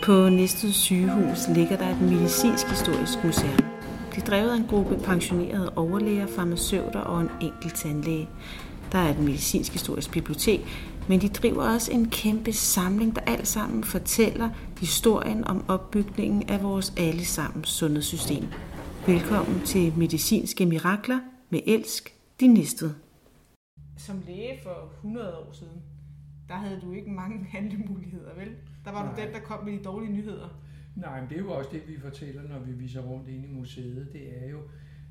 På Næstved Sygehus ligger der et medicinsk historisk museum. Det er drevet af en gruppe pensionerede overlæger, farmaceuter og en enkelt tandlæge. Der er et medicinsk historisk bibliotek, men de driver også en kæmpe samling, der alt sammen fortæller historien om opbygningen af vores allesammens sundhedssystem. Velkommen til Medicinske Mirakler med Elsk, din Næstved. Som læge for 100 år siden, der havde du ikke mange handlemuligheder, vel? Der var du den, der kom med de dårlige nyheder. Nej, men det er jo også det, vi fortæller, når vi viser rundt inde i museet. Det er jo,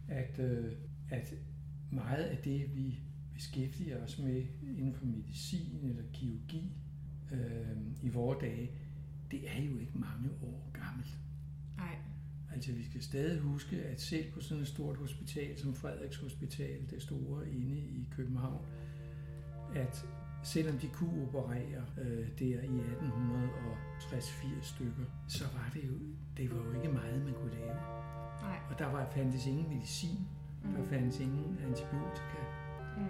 at meget af det, vi beskæftiger os med inden for medicin eller kirurgi i vore dage, det er jo ikke mange år gammelt. Nej. Altså vi skal stadig huske, at selv på sådan et stort hospital som Frederiks Hospital, det store inde i København, at selvom de kunne operere der i 1860-80 stykker, så var det var jo ikke meget, man kunne lave. Nej. Og fandtes ingen medicin, der fandtes ingen antibiotika. Mm.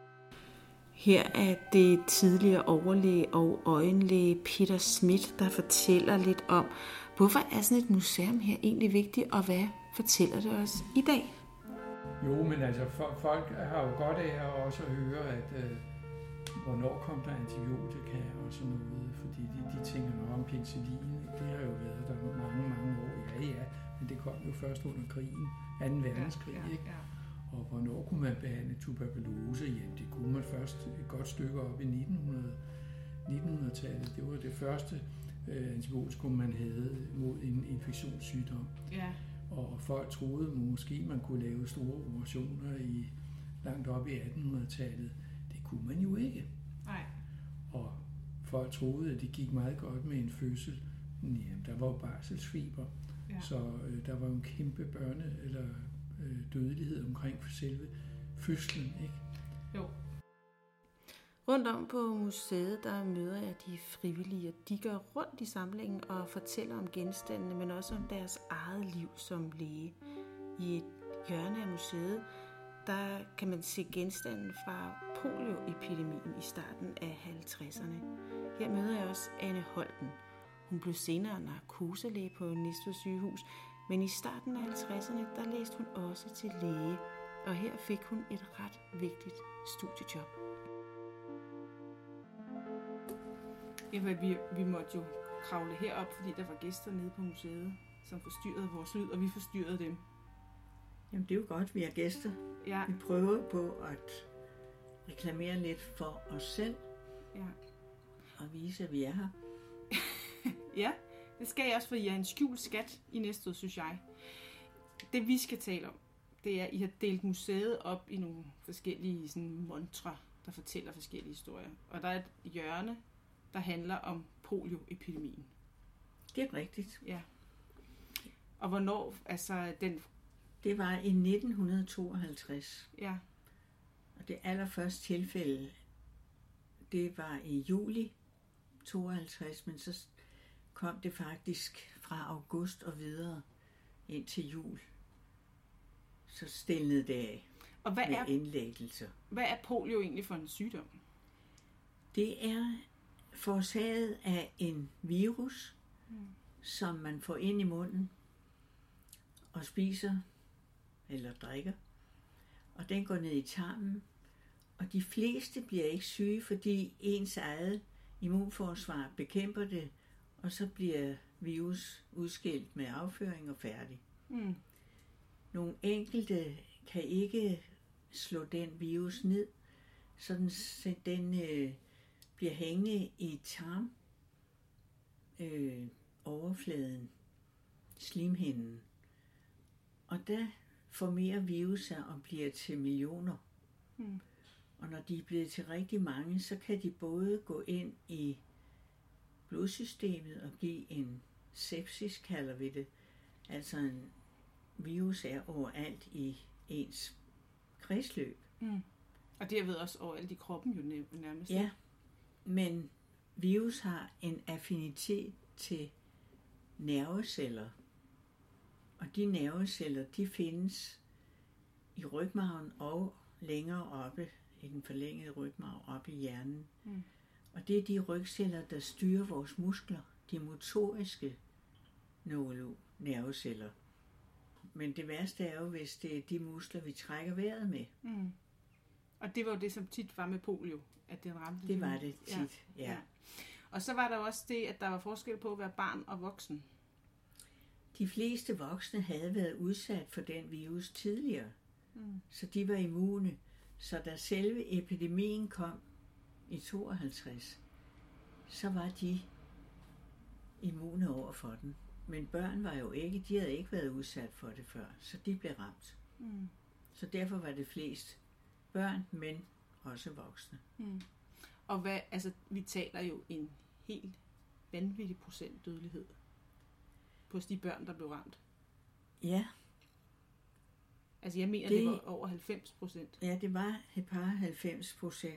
Her er det tidligere overlæge og øjenlæge Peter Schmidt, der fortæller lidt om, hvorfor er sådan et museum her egentlig vigtigt, og hvad fortæller det os i dag? Jo, men altså folk har jo godt af også at høre, at hvornår kom der antibiotika og sådan noget, fordi de tænker noget om penicillin. Det har jo været der mange år. Ja, men det kom jo først under krigen, 2. verdenskrig, ikke? Ja. Og hvornår kunne man behandle tuberkulose? Jamen, det kunne man først et godt stykke op i 1900-tallet. Det var det første antibiotikum, man havde mod en infektionssygdom. Ja. Og folk troede måske, man kunne lave store operationer langt op i 1800-tallet. Det kunne man jo ikke. Nej. Og folk troede, at det gik meget godt med en fødsel. Jamen, der var jo barselsfeber, så der var jo en kæmpe dødelighed omkring selve fødslen, ikke? Jo. Rundt om på museet, der møder jeg de frivillige, og de går rundt i samlingen og fortæller om genstandene, men også om deres eget liv som læge. I et hjørne af museet, der kan man se genstanden fra polioepidemien i starten af 50'erne. Her møder jeg også Anne Holten. Hun blev senere narkoselæge på Næstved Sygehus, men i starten af 50'erne, der læste hun også til læge, og her fik hun et ret vigtigt studiejob. Ja, vi måtte jo kravle herop, fordi der var gæster nede på museet, som forstyrrede vores lyd, og vi forstyrrede dem. Jamen det er jo godt, vi er gæster. Ja. Vi prøver på at reklamere lidt for os selv, og vise, at vi er her. Ja, det skal jeg også, for I er en skjult skat i Næstved, synes jeg. Det vi skal tale om, det er, at I har delt museet op i nogle forskellige sådan, montre, der fortæller forskellige historier. Og der er et hjørne, der handler om polioepidemien. Det er rigtigt. Ja. Og hvornår, altså den... Det var i 1952. Ja. Og det allerførste tilfælde, det var i juli 52, men så kom det faktisk fra august og videre ind til jul. Så stillede det af. Og hvad er indlæggelser. Hvad er polio egentlig for en sygdom? Det er forårsaget af en virus, som man får ind i munden og spiser eller drikker. Og den går ned i tarmen. Og de fleste bliver ikke syge, fordi ens eget immunforsvar bekæmper det, og så bliver virus udskilt med afføring og færdig. Mm. Nogle enkelte kan ikke slå den virus ned, så den bliver hængende i tarm, overfladen, slimhinden. Og der formerer virus sig og bliver til millioner. Mm. Og når de er blevet til rigtig mange, så kan de både gå ind i blodsystemet og give en sepsis, kalder vi det. Altså en virus er overalt i ens kredsløb. Mm. Og det er ved også overalt i kroppen jo nærmest. Ja, men virus har en affinitet til nerveceller. Og de nerveceller, de findes i rygmarven og længere oppe i den forlængede rygmarv oppe i hjernen. Mm. Og det er de rygceller, der styrer vores muskler. de motoriske nerveceller. Men det værste er jo, hvis det er de muskler, vi trækker vejret med. Mm. Og det var jo det, som tit var med polio, at den ramte. Det var det tit, ja. Og så var der også det, at der var forskel på at være barn og voksen. De fleste voksne havde været udsat for den virus tidligere, så de var immune. Så da selve epidemien kom i 52, så var de immune over for den. Men børn var jo ikke, de havde ikke været udsat for det før, så de blev ramt. Mm. Så derfor var det flest børn, men også voksne. Mm. Og vi taler jo en helt vanvittig procent dødelighed på de børn, der blev ramt. Ja. Altså jeg mener, det var over 90%. Ja, det var et par 90%.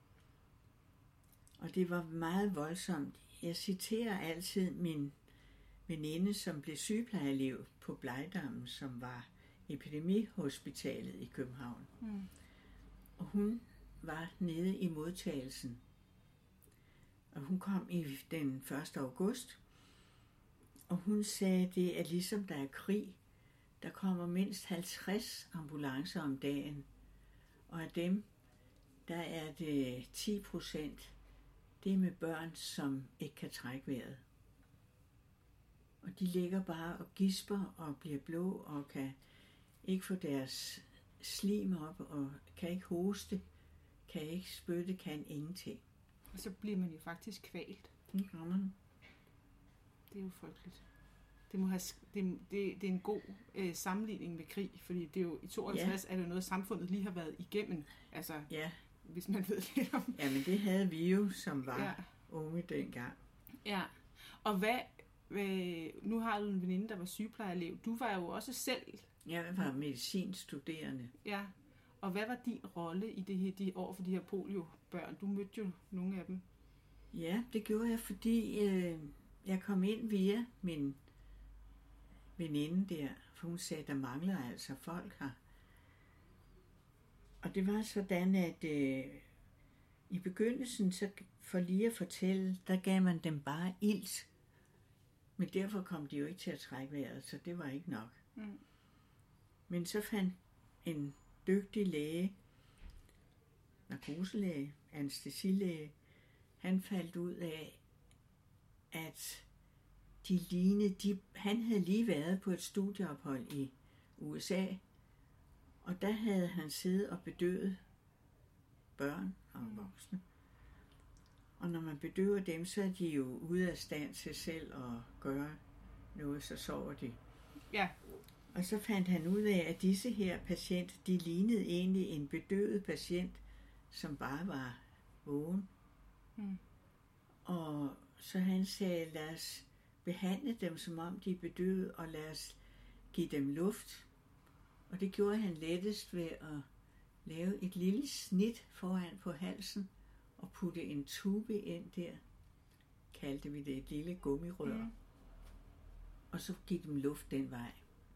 Og det var meget voldsomt. Jeg citerer altid min veninde, som blev sygeplejeelev på Blegdammen, som var epidemihospitalet i København. Mm. Og hun var nede i modtagelsen. Og hun kom den 1. august. Og hun sagde, det er ligesom der er krig. Der kommer mindst 50 ambulancer om dagen. Og af dem, der er det 10%. Det er med børn, som ikke kan trække vejret. Og de ligger bare og gisper og bliver blå og kan ikke få deres slim op og kan ikke hoste, kan ikke spytte, kan ingenting. Og så bliver man jo faktisk kvalt. Det gør man. Det er jo frygteligt. Det er en god sammenligning med krig, fordi det er jo i 52 er det jo noget, samfundet lige har været igennem. Altså, hvis man ved lidt om. Ja, men det havde vi jo, som var unge dengang. Ja, og nu har du en veninde, der var sygeplejerelev. Du var jo også selv. Jeg var medicinstuderende. Ja, og hvad var din rolle i de år for de her poliobørn? Du mødte jo nogle af dem. Ja, det gjorde jeg, fordi jeg kom ind via min veninde der, for hun sagde, der mangler altså folk her. Og det var sådan, at i begyndelsen, så for lige at fortælle, der gav man dem bare ilt. Men derfor kom de jo ikke til at trække vejret, så det var ikke nok. Mm. Men så fandt en dygtig læge, narkoselæge, anæstesilæge, han faldt ud af, at han havde lige været på et studieophold i USA, og der havde han siddet og bedøvet børn og voksne. Og når man bedøver dem, så er de jo ude af stand til selv at gøre noget, så sover de. Ja. Og så fandt han ud af, at disse her patienter, de lignede egentlig en bedøvet patient, som bare var vågen. Mm. Og så han sagde, lad os behandle dem, som om de er bedøvet, og lad os give dem luft. Og det gjorde han lettest ved at lave et lille snit foran på halsen, og putte en tube ind der. Kaldte vi det et lille gummirør. Mm. Og så give dem luft den vej.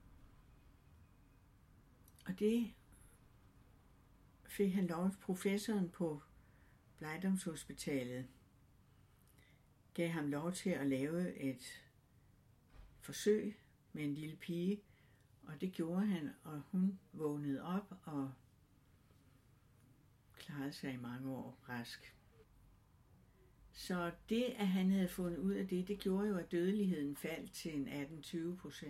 Og det fik han lov, professoren på Blegdamshospitalet gav ham lov til at lave et forsøg med en lille pige, og det gjorde han, og hun vågnede op og klarede sig i mange år rask. Så det, at han havde fundet ud af det gjorde jo, at dødeligheden faldt til en 18-20%.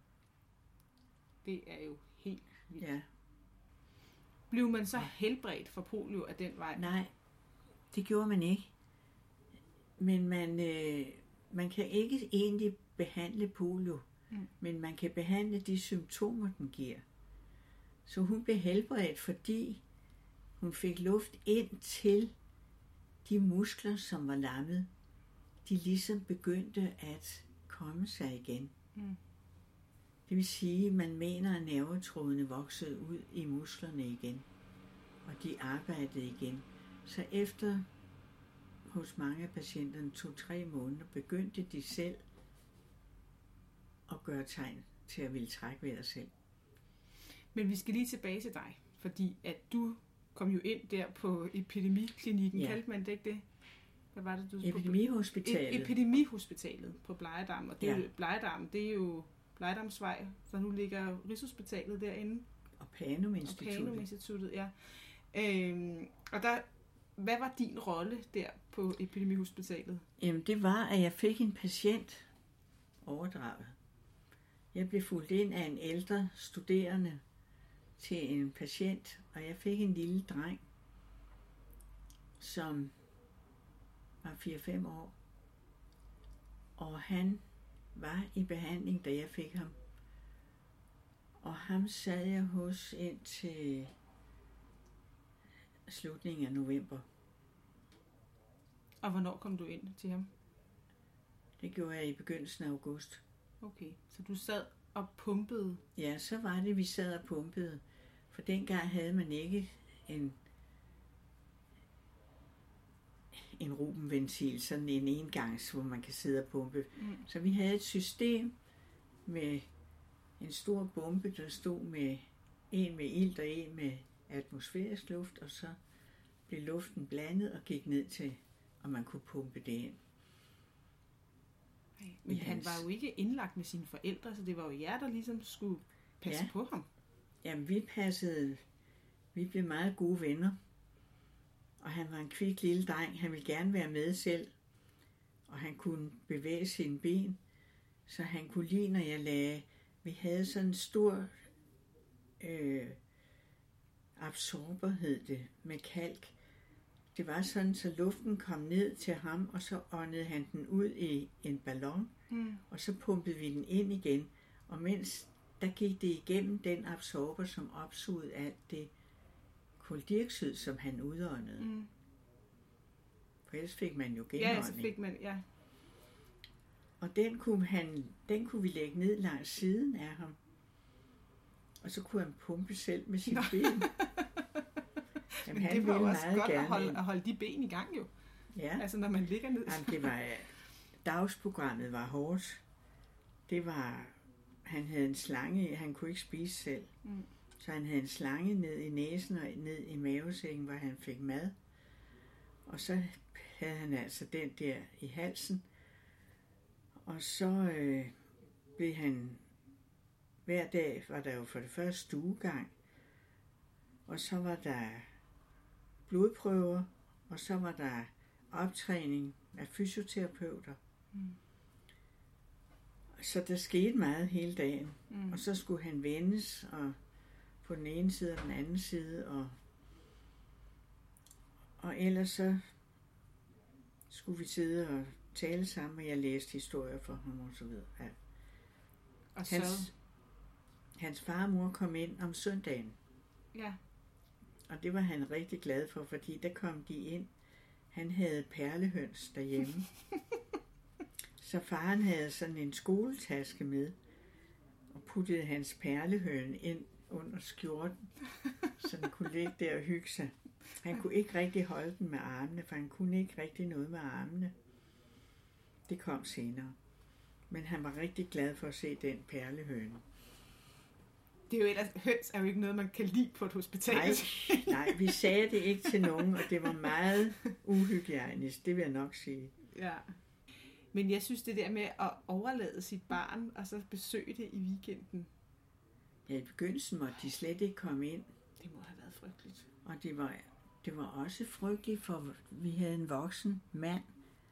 Det er jo helt vildt. Ja. Blev man så helbredt for polio af den vej? Nej, det gjorde man ikke. Men man kan ikke egentlig behandle polio, men man kan behandle de symptomer, den giver. Så hun blev helbredt, fordi hun fik luft ind til de muskler, som var lammet. De ligesom begyndte at komme sig igen. Mm. Det vil sige, at man mener, at nervetrådene voksede ud i musklerne igen, og de arbejdede igen. Så efter hos mange af patienterne 2-3 måneder begyndte de selv at gøre tegn til at ville trække vejret selv. Men vi skal lige tilbage til dig, fordi at du kom jo ind der på epidemiklinikken, kaldte man det ikke det? Hvad var det, du... Epidemihospitalet. Epidemihospitalet på Blegedam, og det er Ja. jo, Blegedam, det er jo Blegedamsvej, så nu ligger Rigshospitalet derinde. Og Panum Instituttet. Og Panum Instituttet, ja. Og der, hvad var din rolle der på Epidemihospitalet? Jamen, det var, at jeg fik en patient overdraget. Jeg blev fulgt ind af en ældre studerende til en patient, og jeg fik en lille dreng, som var 4-5 år. Og han var i behandling, da jeg fik ham. Og ham sad jeg hos indtil slutningen af november. Og hvornår kom du ind til ham? Det gjorde jeg i begyndelsen af august. Okay, så du sad og pumpede? Ja, så var det, vi sad og pumpede. For dengang havde man ikke en rubenventil, sådan en engangs, hvor man kan sidde og pumpe. Så vi havde et system med en stor bombe, der stod med en med ilt og en med atmosfærisk luft, og så blev luften blandet og gik ned til, og man kunne pumpe det ind. Men han var jo ikke indlagt med sine forældre, så det var jo jer, der ligesom skulle passe på ham. Jamen, vi blev meget gode venner. Og han var en kvik lille dreng. Han ville gerne være med selv. Og han kunne bevæge sine ben. Så han kunne lide, når jeg lagde... Vi havde sådan en stor absorber, hed det, med kalk. Det var sådan, så luften kom ned til ham, og så åndede han den ud i en ballon. Og så pumpede vi den ind igen. Og mens der gik det igennem den absorber, som opsugede alt det kuldioxid, som han udåndede. For ellers fik man jo genånding. Ja, så fik man, ja. Og den kunne vi lægge ned langs siden af ham. Og så kunne han pumpe selv med sine ben. Jamen, det var jo også godt at holde de ben i gang jo. Ja. Altså når man ligger ned. Jamen, det var, dagsprogrammet var hårdt. Det var, han havde en slange, han kunne ikke spise selv. Så han havde en slange ned i næsen og ned i mavesækken, hvor han fik mad. Og så havde han altså den der i halsen. Og så blev han, hver dag var der jo for det første stuegang, og så var der blodprøver, og så var der optræning af fysioterapeuter. Så der skete meget hele dagen. Og så skulle han vendes, og på den ene side og den anden side, og ellers så skulle vi sidde og tale sammen, og jeg læste historier for ham og så videre. Ja. Og så... Hans far og mor kom ind om søndagen. Ja. Og det var han rigtig glad for, fordi der kom de ind. Han havde perlehøns derhjemme. Så faren havde sådan en skoletaske med, og puttede hans perlehøn ind under skjorten, så den kunne ligge der og hygge sig. Han kunne ikke rigtig holde den med armene, for han kunne ikke rigtig noget med armene. Det kom senere. Men han var rigtig glad for at se den perlehøne. Det er jo ellers, høns er jo ikke noget, man kan lide på et hospital. Nej, vi sagde det ikke til nogen, og det var meget uhygiejnisk, det vil jeg nok sige. Ja. Men jeg synes, det der med at overlade sit barn, og så besøge det i weekenden. Ja, i begyndelsen måtte de slet ikke komme ind. Det må have været frygteligt. Og det var også frygteligt, for vi havde en voksen mand,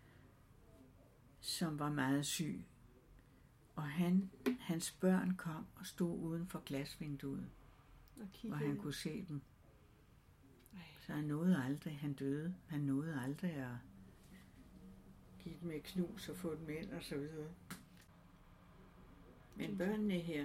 som var meget syg. Og hans børn kom og stod uden for glasvinduet, hvor han kunne se dem. Så han døde. Han nåede aldrig at give dem et knus og få dem ind og så videre. Men børnene her,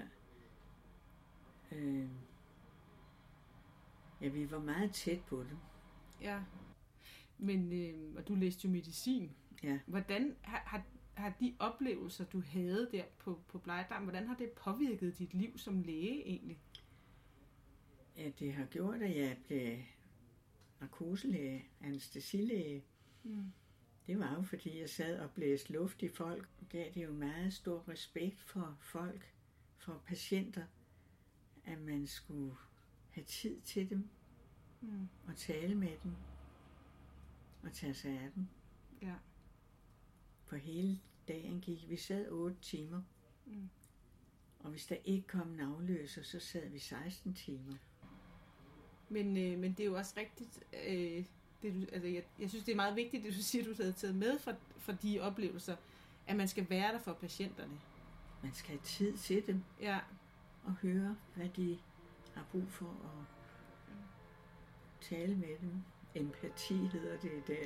vi var meget tæt på dem. Ja, men og du læste jo medicin. Ja. Hvordan har de oplevelser, du havde der på Blegedam, hvordan har det påvirket dit liv som læge egentlig? Ja, det har gjort, at jeg blev narkoselæge, anæstesilæge. Det var jo, fordi jeg sad og blæste luft i folk. Og gav det jo meget stor respekt for folk, for patienter, at man skulle have tid til dem og tale med dem og tage sig af dem. Ja. For hele dagen gik vi sad 8 timer. Og hvis der ikke kom en afløser, så sad vi 16 timer. Men det er jo også rigtigt. Jeg synes, det er meget vigtigt, det du siger, du havde taget med for de oplevelser, at man skal være der for patienterne. Man skal have tid til dem. Ja. Og høre, hvad de har brug for, og tale med dem. Empati hedder det i dag.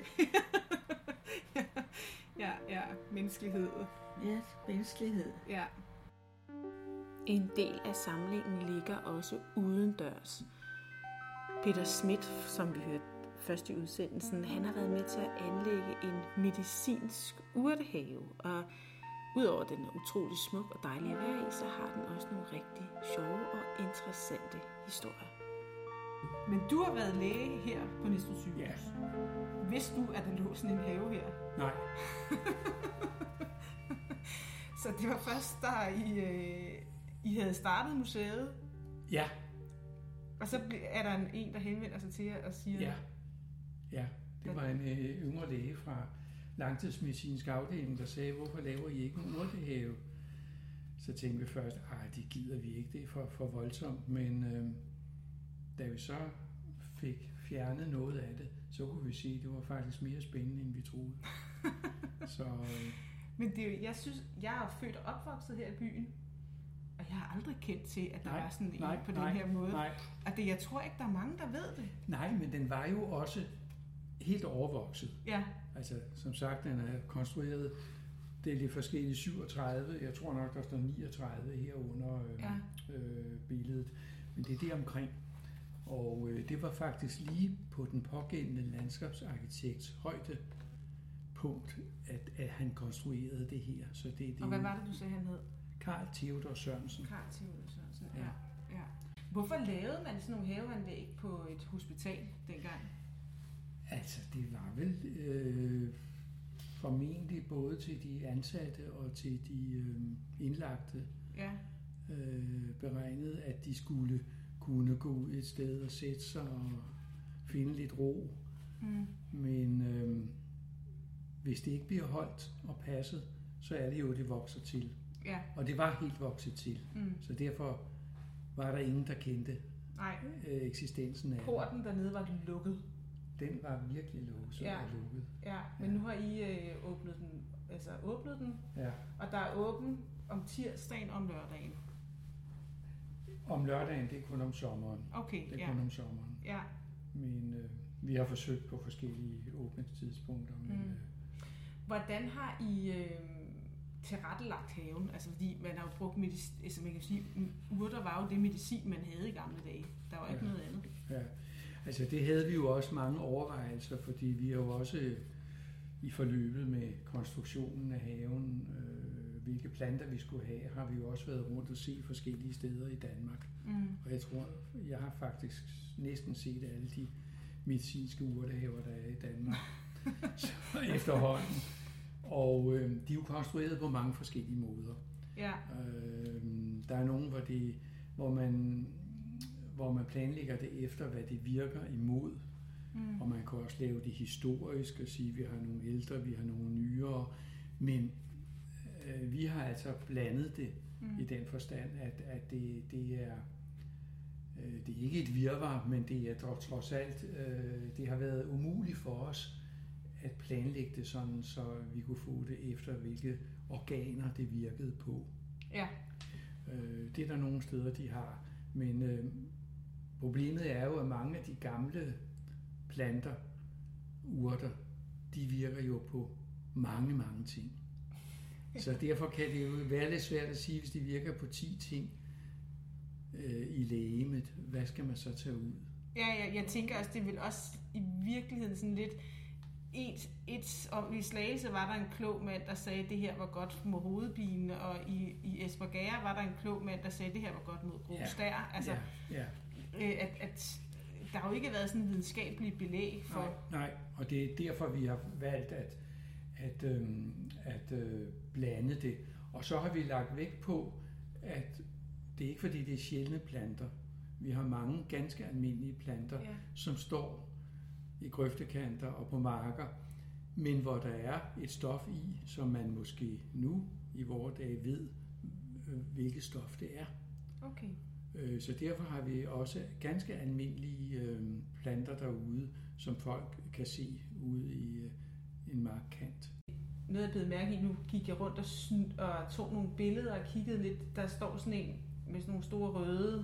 Ja, menneskelighed. Ja, menneskelighed. Ja. En del af samlingen ligger også udendørs. Peter Schmidt, som vi hørte først i udsendelsen, han har været med til at anlægge en medicinsk urtehave, og udover den er utrolig smuk og dejlig at være i, så har den også nogle rigtig sjove og interessante historier. Men du har været læge her på Næstved Sygehus. Ja. Vidste du, at der lå sådan en have her? Nej. Så det var først, da I havde startet museet? Ja. Og så er der en, der henvender sig til jer og siger... Ja. Det var en yngre læge fra langtidsmedicinsk afdeling, der sagde, hvorfor laver I ikke en urtehave? Så tænkte vi først, det gider vi ikke, det er for voldsomt, men da vi så fik fjernet noget af det, så kunne vi se, at det var faktisk mere spændende, end vi troede. Men jeg synes, jeg er født og opvokset her i byen, og jeg har aldrig kendt til, at der var sådan en på den her måde. Nej. Og jeg tror ikke, der er mange, der ved det. Nej, men den var jo også helt overvokset. Ja. Altså, som sagt, den er konstrueret, det er lidt forskellige 37, jeg tror nok, der står 39 her under billedet, men det er det omkring. Og det var faktisk lige på den pågældende landskabsarkitekts højdepunkt, at han konstruerede det her. Så det og hvad var det, du sagde, han hed? Carl Theodor Sørensen. Carl Theodor Sørensen, ja. Hvorfor lavede man sådan nogle haveanlæg på et hospital dengang? Altså, det var vel formentlig både til de ansatte og til de indlagte beregnet, at de skulle kunne gå ud et sted og sætte sig og finde lidt ro. Men hvis det ikke bliver holdt og passet, så er det jo, det vokser til. Ja. Og det var helt vokset til. Så derfor var der ingen, der kendte eksistensen af porten dernede var lukket. Den var virkelig låst og lukket. Ja, men nu har I åbnet den, og der er åben om tirsdagen og om lørdagen. Om lørdagen, det er kun om sommeren. Okay, det er kun om sommeren. Ja. Men vi har forsøgt på forskellige åbningstidspunkter. Men, hvordan har I tilrettelagt haven? Altså fordi man har jo brugt medicin, man kan sige, urter var jo det medicin, man havde i gamle dage. Der var ikke noget andet. Ja, altså det havde vi jo også mange overvejelser, fordi vi er jo også i forløbet med konstruktionen af haven, hvilke planter vi skulle have, har vi jo også været rundt og se forskellige steder i Danmark. Og jeg tror, jeg har faktisk næsten set alle de medicinske urtehaver, der er i Danmark efterhånden. Og de er jo konstrueret på mange forskellige måder. Ja. Der er nogle, hvor man planlægger det efter, hvad det virker imod. Og man kan også lave det historisk og sige, at vi har nogle ældre, vi har nogle nyere. Men vi har altså blandet det i den forstand, at det er ikke et virvar, men det er dog trods alt, det har været umuligt for os at planlægge det sådan, så vi kunne få det efter, hvilke organer det virkede på. Ja. Det er der nogle steder, de har. Men problemet er jo, at mange af de gamle planter, urter, de virker jo på mange, mange ting. Så derfor kan det jo være lidt svært at sige, hvis de virker på 10 ting i legemet, hvad skal man så tage ud? Ja, jeg tænker også, det vil også i virkeligheden sådan lidt og i Slagelse var der en klog mand, der sagde, at det her var godt mod hovedpine, og i Espergærde var der en klog mand, der sagde, at det her var godt mod grå stær. Altså, at der har jo ikke været sådan en videnskabelig belæg for... Nej, og det er derfor, vi har valgt at blande det. Og så har vi lagt vægt på, at det er ikke fordi, det er sjældne planter. Vi har mange ganske almindelige planter, som står i grøftekanter og på marker, men hvor der er et stof i, som man måske nu i vore dage ved, hvilket stof det er. Okay. Så derfor har vi også ganske almindelige planter derude, som folk kan se ude i en markkant. Noget jeg blev mærke i, nu gik jeg rundt og tog nogle billeder og kiggede lidt. Der står sådan en med sådan nogle store røde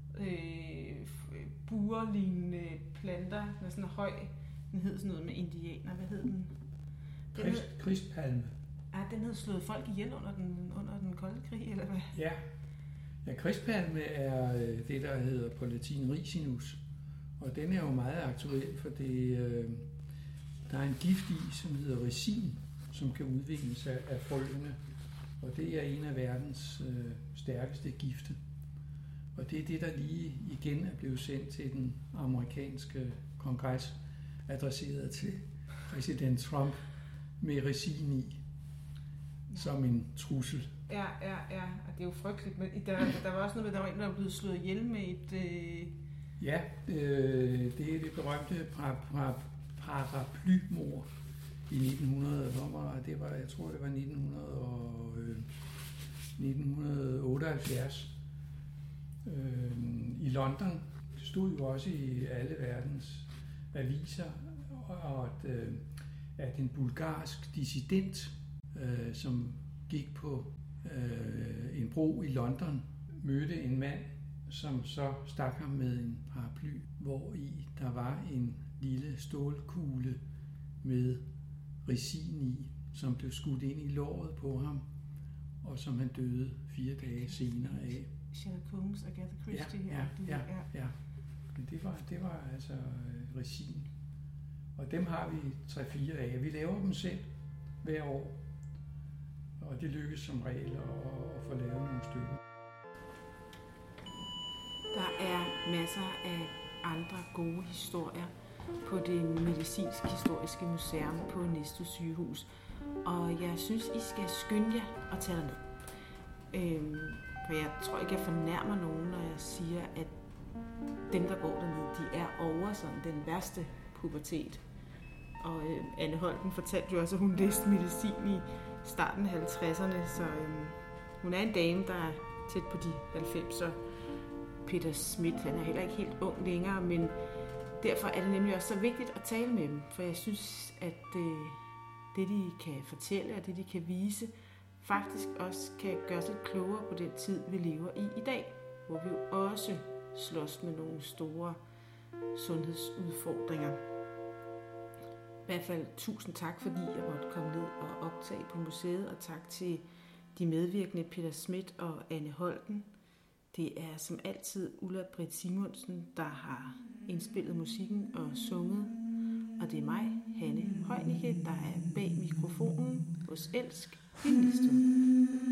burelignende planter. Den er sådan høj. Den hed sådan noget med indianer. Hvad hed den? Kristpalme. Ja, den havde slået folk ihjel under den kolde krig, eller hvad? Ja. Ja, kristpalme er det, der hedder på latin ricinus. Og den er jo meget aktuel, for der er en gift i, som hedder ricin, som kan udvikles af frøene. Og det er en af verdens stærkeste gifte. Og det er det, der lige igen er blevet sendt til den amerikanske kongres, adresseret til præsident Trump med ricin i, som en trussel. Ja, og det er jo frygteligt, men der var også noget med, der var en, der var blevet slået ihjel med et... Ja, det er det berømte paraplymord i 1900, jeg tror det var 1978 i London. Det stod jo også i alle verdens aviser, og at en bulgarsk dissident, som gik på en bro i London, mødte en mand, som så stak ham med en paraply, hvor i der var en lille stålkugle med ricin i, som blev skudt ind i låret på ham, og som han døde 4 dage senere af. Sherlock Holmes, Agatha Christie. Ja. Men det var altså ricin. Og dem har vi 3-4 af. Vi laver dem selv hver år, og det lykkes som regel at få lavet nogle stykker. Der er masser af andre gode historier på det medicinsk-historiske museum på Næstved Sygehus. Og jeg synes, I skal skynde jer at tage derned. For jeg tror ikke, jeg fornærmer nogen, når jeg siger, at dem, der går dernede, de er over sådan den værste pubertet. Og Anne Holten fortalte jo også, at hun læste medicin i starten af 50'erne, så hun er en dame, der er tæt på de 90'er. Peter Smith, han er heller ikke helt ung længere, men derfor er det nemlig også så vigtigt at tale med dem, for jeg synes, at det de kan fortælle og det de kan vise, faktisk også kan gøre os lidt klogere på den tid, vi lever i dag, hvor vi jo også slås med nogle store sundhedsudfordringer. I hvert fald 1000 tak, fordi jeg måtte komme ned og optage på museet, og tak til de medvirkende Peter Smith og Anne Holten. Det er som altid Ulla Britt Simonsen, der har indspillet musikken og sunget. Og det er mig, Hanne Højnicke, der er bag mikrofonen hos Elsk i Næstved.